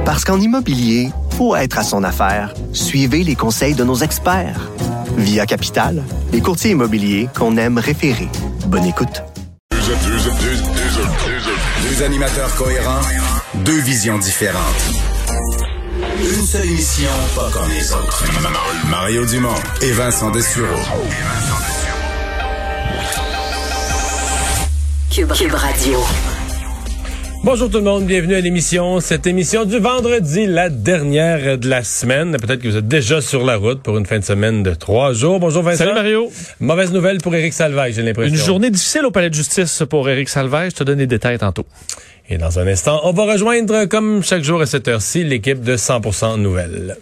Parce qu'en immobilier, faut être à son affaire. Suivez les conseils de nos experts. Via Capital, les courtiers immobiliers qu'on aime référer. Bonne écoute. Deux animateurs cohérents, deux visions différentes. Une seule émission, pas comme les autres. Mario Dumont et Vincent Dessureau. Cube Radio. Bonjour tout le monde, bienvenue à l'émission. Cette émission du vendredi, la dernière de la semaine. Peut-être que vous êtes déjà sur la route pour une fin de semaine de 3 jours. Bonjour Vincent. Salut Mario. Mauvaise nouvelle pour Éric Salvaille, j'ai l'impression. Une journée difficile au palais de justice pour Éric Salvaille. Je te donne les détails tantôt. Et dans un instant, on va rejoindre, comme chaque jour à cette heure-ci, l'équipe de 100% Nouvelles.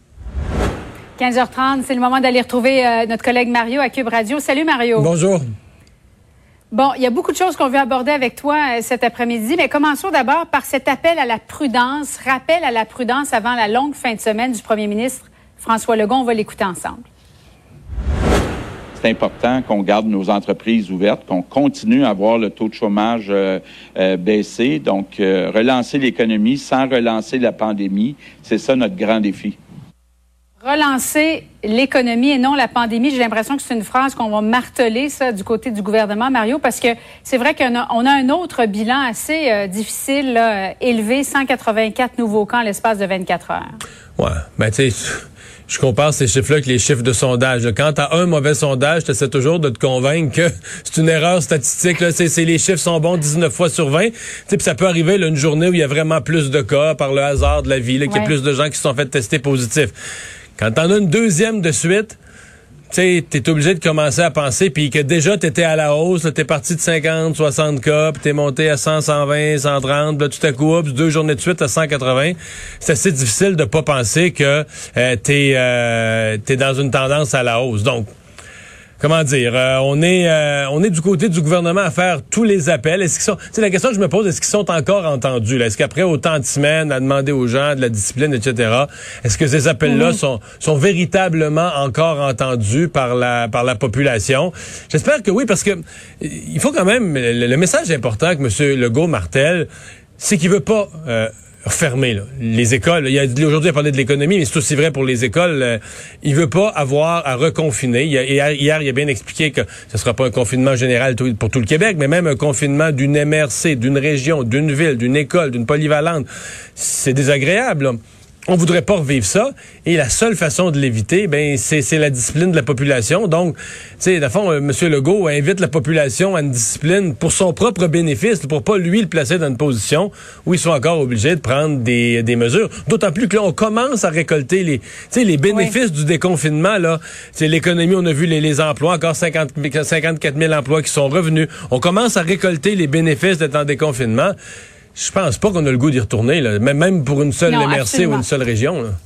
15h30, c'est le moment d'aller retrouver notre collègue Mario à Cube Radio. Salut Mario. Bonjour. Bon, il y a beaucoup de choses qu'on veut aborder avec toi cet après-midi, mais commençons d'abord par cet appel à la prudence, rappel à la prudence avant la longue fin de semaine du premier ministre François Legault. On va l'écouter ensemble. C'est important qu'on garde nos entreprises ouvertes, qu'on continue à voir le taux de chômage baisser. Donc, relancer l'économie sans relancer la pandémie, c'est ça notre grand défi. Relancer l'économie et non la pandémie. J'ai l'impression que c'est une phrase qu'on va marteler, ça, du côté du gouvernement, Mario, parce que c'est vrai qu'on a un autre bilan assez difficile, là, élevé, 184 nouveaux cas en l'espace de 24 heures. Ouais, ben tu sais, je compare ces chiffres-là avec les chiffres de sondage. Quand t'as un mauvais sondage, t'essaies toujours de te convaincre que c'est une erreur statistique. Là, c'est les chiffres sont bons 19 fois sur 20. Puis ça peut arriver là, une journée où il y a vraiment plus de cas par le hasard de la vie, là, qu'il y a plus de gens qui se sont fait tester positifs. Quand t'en as une deuxième de suite, tu sais, t'es obligé de commencer à penser, puis que déjà t'étais à la hausse, là, t'es parti de 50, 60 cas, puis t'es monté à 100, 120, 130, là, tout à coup, puis 2 journées de suite à 180. C'est assez difficile de pas penser que t'es dans une tendance à la hausse. Donc, comment dire, on est du côté du gouvernement à faire tous les appels. Est-ce qu'ils sont, c'est la question que je me pose, est-ce qu'ils sont encore entendus, là? Est-ce qu'après autant de semaines à demander aux gens de la discipline, etc., est-ce que ces appels-là sont véritablement encore entendus par la population? J'espère que oui, parce que il faut quand même, le message important que M. Legault martèle, c'est qu'il veut pas fermer là, les écoles. Aujourd'hui, il a parlé de l'économie, mais c'est aussi vrai pour les écoles. Il veut pas avoir à reconfiner. Hier, il a bien expliqué que ce sera pas un confinement général pour tout le Québec, mais même un confinement d'une MRC, d'une région, d'une ville, d'une école, d'une polyvalente. C'est désagréable, là. On voudrait pas revivre ça, et la seule façon de l'éviter, ben c'est la discipline de la population. Donc, tu sais, dans le fond, M. Legault invite la population à une discipline pour son propre bénéfice, pour pas lui le placer dans une position où ils sont encore obligés de prendre des mesures. D'autant plus que là, on commence à récolter les bénéfices du déconfinement. Là, c'est l'économie, on a vu les emplois, encore 54 000 emplois qui sont revenus. On commence à récolter les bénéfices d'être en déconfinement. Je pense pas qu'on a le goût d'y retourner, là, même pour une seule MRC absolument. Ou une seule région. Là.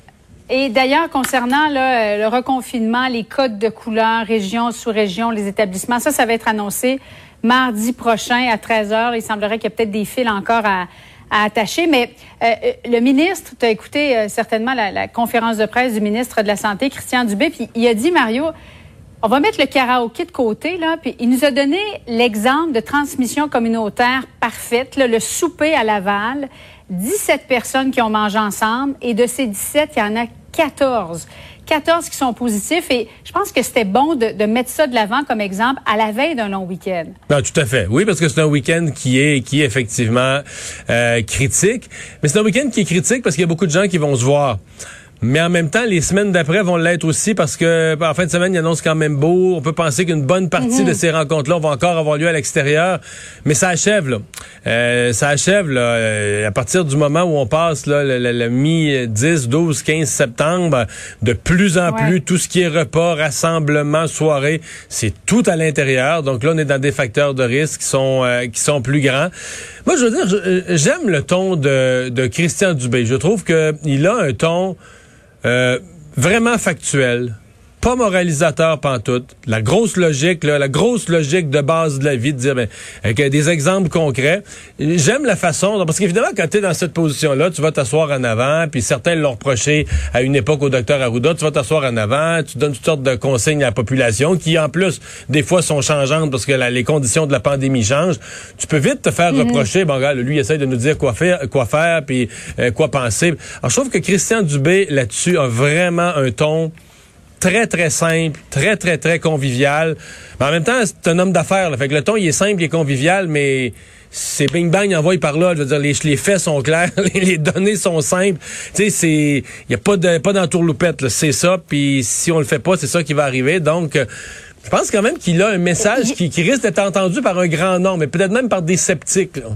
Et d'ailleurs, concernant là, le reconfinement, les codes de couleur, région, sous-région, les établissements, ça va être annoncé mardi prochain à 13h. Il semblerait qu'il y a peut-être des fils encore à attacher. Mais le ministre, tu as écouté certainement la conférence de presse du ministre de la Santé, Christian Dubé, puis il a dit, Mario, on va mettre le karaoké de côté, là, puis il nous a donné l'exemple de transmission communautaire parfaite, là, le souper à Laval, 17 personnes qui ont mangé ensemble, et de ces 17, il y en a 14. 14 qui sont positifs, et je pense que c'était bon de mettre ça de l'avant comme exemple à la veille d'un long week-end. Non, tout à fait. Oui, parce que c'est un week-end qui est effectivement critique, mais c'est un week-end qui est critique parce qu'il y a beaucoup de gens qui vont se voir. Mais en même temps, les semaines d'après vont l'être aussi parce que en fin de semaine, il annonce quand même beau. On peut penser qu'une bonne partie de ces rencontres-là vont encore avoir lieu à l'extérieur. Mais ça achève, là. Ça achève, là. À partir du moment où on passe, là, le mi-10, 12, 15 septembre, de plus en plus, tout ce qui est repas, rassemblement, soirée, c'est tout à l'intérieur. Donc là, on est dans des facteurs de risque qui sont plus grands. Moi, je veux dire, j'aime le ton de Christian Dubé. Je trouve qu'il a un ton vraiment factuel, pas moralisateur pantoute. La grosse logique de base de la vie, de dire, avec des exemples concrets. J'aime la façon, parce qu'évidemment, quand t'es dans cette position-là, tu vas t'asseoir en avant, puis certains l'ont reproché à une époque au docteur Arruda, tu vas t'asseoir en avant, tu donnes toutes sortes de consignes à la population, qui en plus, des fois, sont changeantes parce que les conditions de la pandémie changent. Tu peux vite te faire reprocher, bon, regarde, lui, il essaie de nous dire quoi faire, puis quoi penser. Alors, je trouve que Christian Dubé, là-dessus, a vraiment un ton très, très simple, très, très, très convivial. Mais en même temps, c'est un homme d'affaires, là. Fait que le ton, il est simple, il est convivial, mais c'est bing-bang, envoie par là. Je veux dire, les faits sont clairs, les données sont simples. Tu sais, il y a pas d'entourloupette, là. C'est ça, puis si on le fait pas, c'est ça qui va arriver. Donc, je pense quand même qu'il a un message qui risque d'être entendu par un grand nombre, mais peut-être même par des sceptiques, là.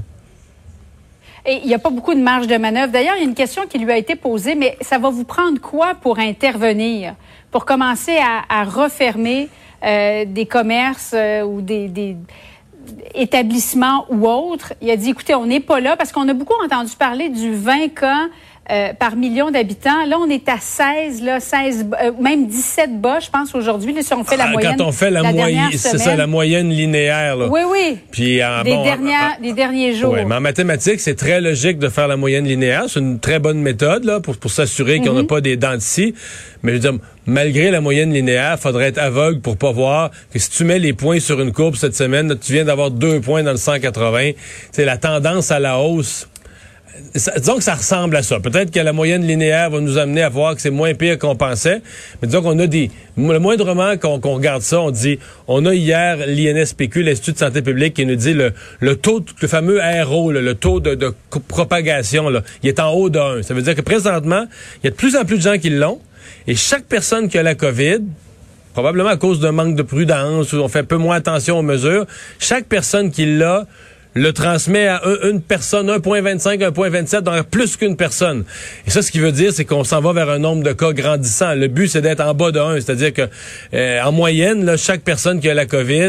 Et il n'y a pas beaucoup de marge de manœuvre. D'ailleurs, il y a une question qui lui a été posée, mais ça va vous prendre quoi pour intervenir, pour commencer à refermer des commerces ou des établissements ou autres? Il a dit, écoutez, on n'est pas là, parce qu'on a beaucoup entendu parler du 20 cas par million d'habitants. Là, on est à 16, même 17 bas, je pense, aujourd'hui, là, si on fait la moyenne. Quand on fait la moyenne, c'est ça, la moyenne linéaire, là. Oui. Puis, des derniers jours. Oui, mais en mathématiques, c'est très logique de faire la moyenne linéaire. C'est une très bonne méthode, là, pour s'assurer qu'on n'a pas des dents de scie. Mais je veux dire, malgré la moyenne linéaire, faudrait être aveugle pour pas voir que si tu mets les points sur une courbe cette semaine, là, tu viens d'avoir 2 points dans le 180. C'est la tendance à la hausse. Disons que ça ressemble à ça. Peut-être que la moyenne linéaire va nous amener à voir que c'est moins pire qu'on pensait. Mais disons qu'on a le moindrement qu'on regarde ça, on a hier l'INSPQ, l'Institut de santé publique, qui nous dit le taux, le fameux RO, le taux de propagation, là, il est en haut de 1. Ça veut dire que présentement, il y a de plus en plus de gens qui l'ont. Et chaque personne qui a la COVID, probablement à cause d'un manque de prudence, où on fait un peu moins attention aux mesures, chaque personne qui l'a, le transmet à une personne, 1,25, 1,27, donc plus qu'une personne. Et ça, ce qui veut dire, c'est qu'on s'en va vers un nombre de cas grandissant. Le but, c'est d'être en bas de 1, c'est-à-dire que en moyenne, là, chaque personne qui a la COVID,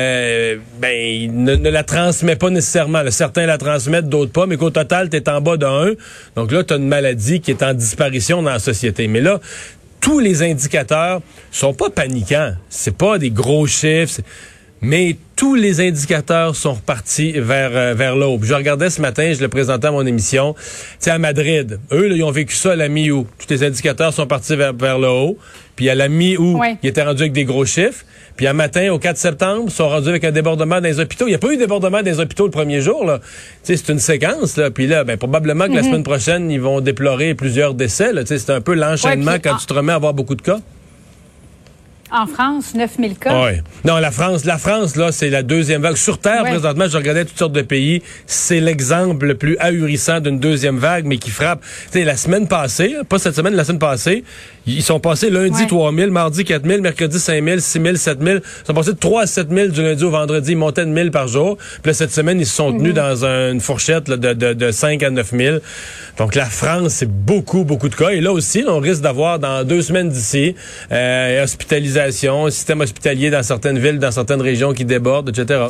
ne la transmet pas nécessairement. Là, certains la transmettent, d'autres pas, mais qu'au total, t'es en bas de 1. Donc là, t'as une maladie qui est en disparition dans la société. Mais là, tous les indicateurs sont pas paniquants. C'est pas des gros chiffres, mais tous les indicateurs sont repartis vers le haut. Je regardais ce matin, je le présentais à mon émission, c'est à Madrid. Eux, là, ils ont vécu ça à la mi-août. Tous les indicateurs sont partis vers le haut. Puis à la mi-août, ils étaient rendus avec des gros chiffres. Puis un matin, au 4 septembre, ils sont rendus avec un débordement dans les hôpitaux. Il n'y a pas eu de débordement dans les hôpitaux le premier jour, là. Tu sais, c'est une séquence, là. Puis là, probablement que la semaine prochaine, ils vont déplorer plusieurs décès, là. Tu sais, c'est un peu l'enchaînement quand tu te remets à avoir beaucoup de cas. En France, 9000 cas. Oui. Non, la France, là, c'est la deuxième vague. Sur Terre, présentement, je regardais toutes sortes de pays. C'est l'exemple le plus ahurissant d'une deuxième vague, mais qui frappe. Tu sais, la semaine passée, pas cette semaine, la semaine passée, ils sont passés lundi 3000, mardi 4000, mercredi 5000, 6000, 7000. Ils sont passés de 3 à 7000 du lundi au vendredi. Ils montaient de 1000 par jour. Puis là, cette semaine, ils se sont tenus dans une fourchette là, de 5 à 9000. Donc, la France, c'est beaucoup, beaucoup de cas. Et là aussi, on risque d'avoir dans 2 semaines d'ici, hospitalisation, système hospitalier dans certaines villes, dans certaines régions qui débordent, etc.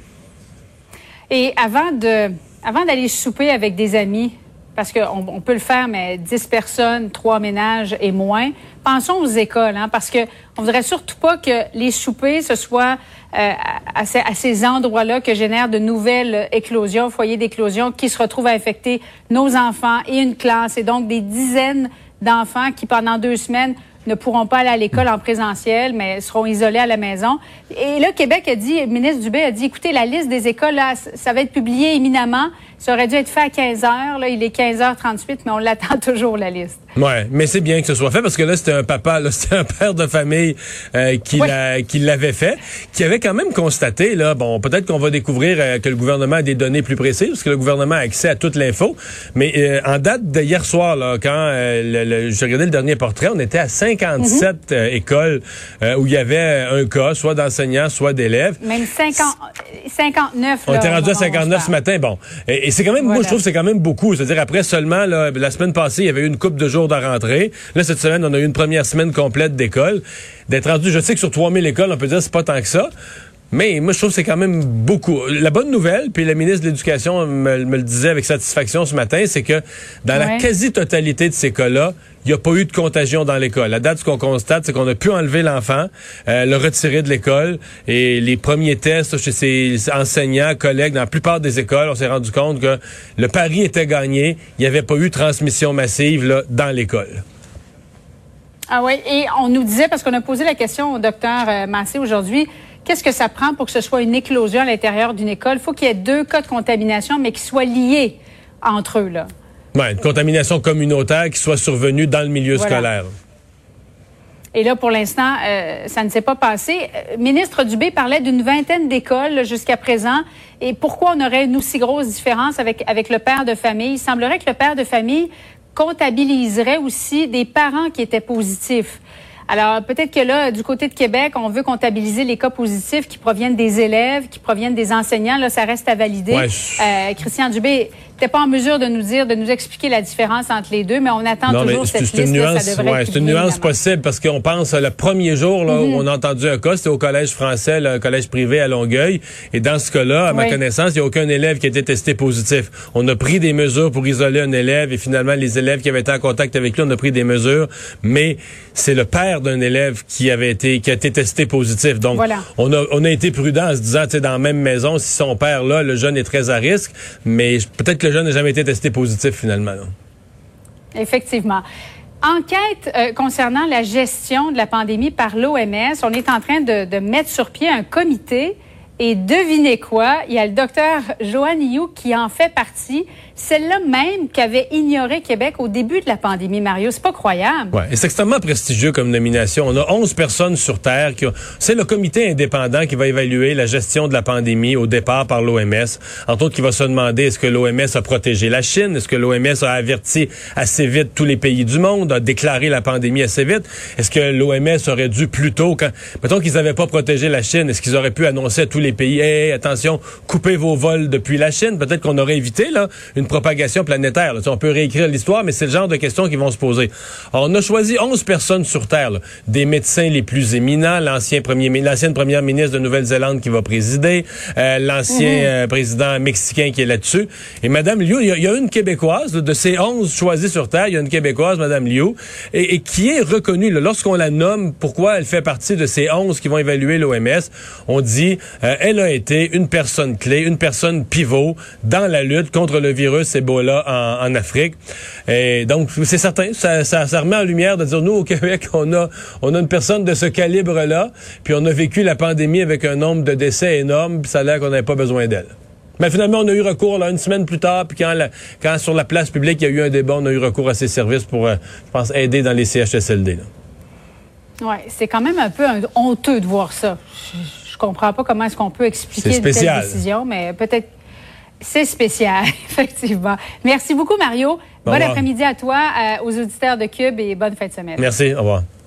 Et avant d'aller souper avec des amis, parce qu'on peut le faire, mais 10 personnes, 3 ménages et moins, pensons aux écoles, hein, parce que on voudrait surtout pas que les soupers, ce soit à ces endroits-là que génèrent de nouvelles éclosions, foyers d'éclosion, qui se retrouvent à infecter nos enfants et une classe, et donc des dizaines d'enfants qui, pendant 2 semaines, ne pourront pas aller à l'école en présentiel, mais seront isolés à la maison. Et là, Québec a dit, le ministre Dubé a dit, écoutez, la liste des écoles, là, ça va être publié éminemment. Ça aurait dû être fait à 15 heures. Là, il est 15h38, mais on l'attend toujours, la liste. Ouais, mais c'est bien que ce soit fait, parce que là, c'était un papa, là, c'était un père de famille qui l'avait fait, qui avait quand même constaté, là, bon, peut-être qu'on va découvrir que le gouvernement a des données plus précises, parce que le gouvernement a accès à toute l'info, mais en date d'hier soir, là, quand je regardais le dernier portrait, on était à 57 écoles où il y avait un cas, soit d'enseignants, soit d'élèves. Même 59. On était rendu à 59 ce matin, bon. Et c'est quand même, moi, je trouve que c'est quand même beaucoup. C'est-à-dire, après seulement, là, la semaine passée, il y avait eu une couple de jours de rentrée. Là, cette semaine, on a eu une première semaine complète d'école. D'être rendu, je sais que sur 3000 écoles, on peut dire que c'est pas tant que ça. Mais moi, je trouve que c'est quand même beaucoup. La bonne nouvelle, puis la ministre de l'Éducation me le disait avec satisfaction ce matin, c'est que dans la quasi-totalité de ces cas-là, il n'y a pas eu de contagion dans l'école. À date, ce qu'on constate, c'est qu'on a pu enlever l'enfant, le retirer de l'école. Et les premiers tests chez ses enseignants, collègues, dans la plupart des écoles, on s'est rendu compte que le pari était gagné. Il n'y avait pas eu de transmission massive là, dans l'école. Ah oui, et on nous disait, parce qu'on a posé la question au docteur Massé aujourd'hui, qu'est-ce que ça prend pour que ce soit une éclosion à l'intérieur d'une école? Il faut qu'il y ait 2 cas de contamination, mais qui soient liés entre eux, là. Oui, une contamination communautaire qui soit survenue dans le milieu scolaire. Et là, pour l'instant, ça ne s'est pas passé. Ministre Dubé parlait d'une 20aine d'écoles là, jusqu'à présent. Et pourquoi on aurait une aussi grosse différence avec le père de famille? Il semblerait que le père de famille comptabiliserait aussi des parents qui étaient positifs. Alors, peut-être que là, du côté de Québec, on veut comptabiliser les cas positifs qui proviennent des élèves, qui proviennent des enseignants. Là, ça reste à valider. Ouais. Christian Dubé n'était pas en mesure de nous expliquer la différence entre les deux, mais on attend toujours cette liste. C'est une nuance possible parce qu'on pense le premier jour là, où on a entendu un cas, c'était au collège français, le collège privé à Longueuil. Et dans ce cas-là, à ma connaissance, il n'y a aucun élève qui a été testé positif. On a pris des mesures pour isoler un élève et finalement, les élèves qui avaient été en contact avec lui, on a pris des mesures. Mais c'est le père d'un élève qui a été testé positif. Donc, on a été prudent en se disant, tu sais, dans la même maison, si son père là, le jeune est très à risque, mais peut-être que le jeune n'a jamais été testé positif finalement. Là. Effectivement. Enquête concernant la gestion de la pandémie par l'OMS. On est en train de mettre sur pied un comité. Et devinez quoi? Il y a le docteur Joanne Yu qui en fait partie. Celle-là même qu'avait ignoré Québec au début de la pandémie, Mario. C'est pas croyable. Ouais, et c'est extrêmement prestigieux comme nomination. On a 11 personnes sur Terre. C'est le comité indépendant qui va évaluer la gestion de la pandémie au départ par l'OMS. Entre autres, qui va se demander est-ce que l'OMS a protégé la Chine? Est-ce que l'OMS a averti assez vite tous les pays du monde? A déclaré la pandémie assez vite? Est-ce que l'OMS aurait dû plus tôt, mettons qu'ils n'avaient pas protégé la Chine, est-ce qu'ils auraient pu annoncer à tous les pays, hey, attention, coupez vos vols depuis la Chine? Peut-être qu'on aurait évité là une propagation planétaire. Là. On peut réécrire l'histoire, mais c'est le genre de questions qui vont se poser. Alors, on a choisi 11 personnes sur Terre, là, des médecins les plus éminents, l'ancienne première ministre de Nouvelle-Zélande qui va présider, l'ancien président mexicain qui est là-dessus. Et Mme Liu, il y a une Québécoise, là, de ces 11 choisis sur Terre, il y a une Québécoise, Mme Liu, et qui est reconnue. Là, lorsqu'on la nomme, pourquoi elle fait partie de ces 11 qui vont évaluer l'OMS, on dit elle a été une personne clé, une personne pivot dans la lutte contre le virus Ebola en Afrique. Et donc, c'est certain, ça remet en lumière de dire, nous, au Québec, on a une personne de ce calibre-là, puis on a vécu la pandémie avec un nombre de décès énorme, puis ça a l'air qu'on n'avait pas besoin d'elle. Mais finalement, on a eu recours là, une semaine plus tard, puis quand sur la place publique, il y a eu un débat, on a eu recours à ces services pour, je pense, aider dans les CHSLD. Oui, c'est quand même un peu honteux de voir ça. Je comprends pas comment est-ce qu'on peut expliquer une telle décision, mais peut-être c'est spécial, effectivement. Merci beaucoup, Mario. Bon après-midi à toi, aux auditeurs de Cube et bonne fin de semaine. Merci, au revoir.